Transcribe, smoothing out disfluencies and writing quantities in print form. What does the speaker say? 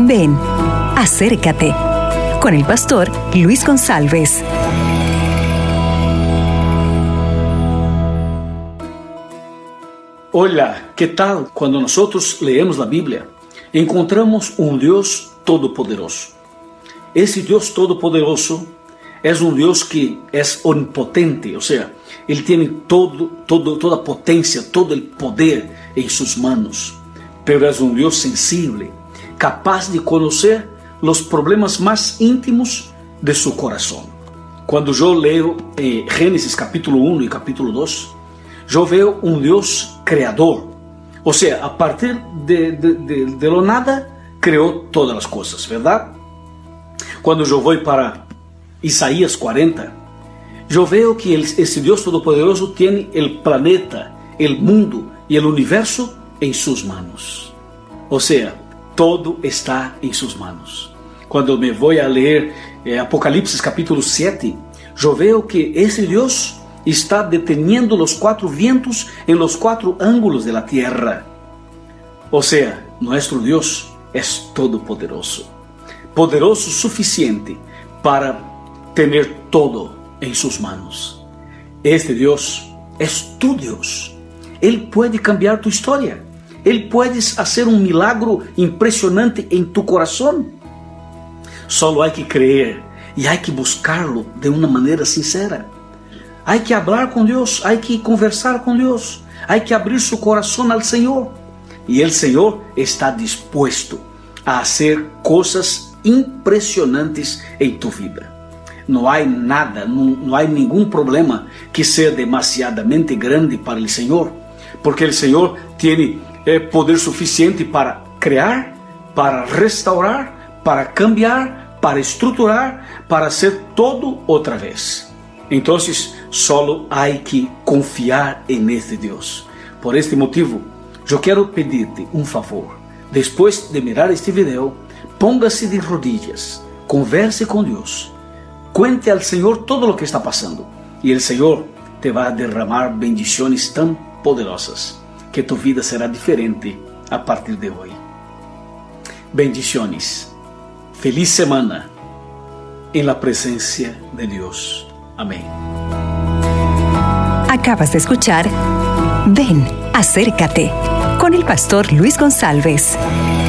Ven, acércate con el pastor Luis González. Hola, ¿qué tal? Cuando nosotros leemos la Biblia, encontramos un Dios todopoderoso. Ese Dios todopoderoso es un Dios que es omnipotente, o sea, Él tiene toda potencia, todo el poder en sus manos. Pero es un Dios sensible, capaz de conocer los problemas más íntimos de su corazón. Cuando yo leo Génesis capítulo 1 y capítulo 2, yo veo un Dios creador. O sea, a partir de lo nada, creó todas las cosas, ¿verdad? Cuando yo voy para Isaías 40, yo veo que ese Dios todopoderoso tiene el planeta, el mundo y el universo en sus manos. O sea, todo está en sus manos. Cuando me voy a leer Apocalipsis capítulo 7, yo veo que ese Dios está deteniendo los 4 vientos en los 4 ángulos de la tierra. O sea, nuestro Dios es todopoderoso, poderoso suficiente para tener todo en sus manos. Este Dios es tu Dios. Él puede cambiar tu historia. Él puede hacer un milagro impresionante en tu corazón. Solo hay que creer y hay que buscarlo de una manera sincera. Hay que hablar con Dios, hay que conversar con Dios, hay que abrir su corazón al Señor. Y el Señor está dispuesto a hacer cosas impresionantes en tu vida. No hay nada, no hay ningún problema que sea demasiadamente grande para el Señor, porque el Señor tiene poder suficiente para crear, para restaurar, para cambiar, para estructurar, para hacer todo otra vez. Entonces, solo hay que confiar en este Dios. Por este motivo, yo quiero pedirte un favor. Después de mirar este video, póngase de rodillas, converse con Dios, cuente al Señor todo lo que está pasando y el Señor te va a derramar bendiciones tan poderosas que tu vida será diferente a partir de hoy. Bendiciones. Feliz semana en la presencia de Dios. Amén. Acabas de escuchar Ven, acércate con el pastor Luis González.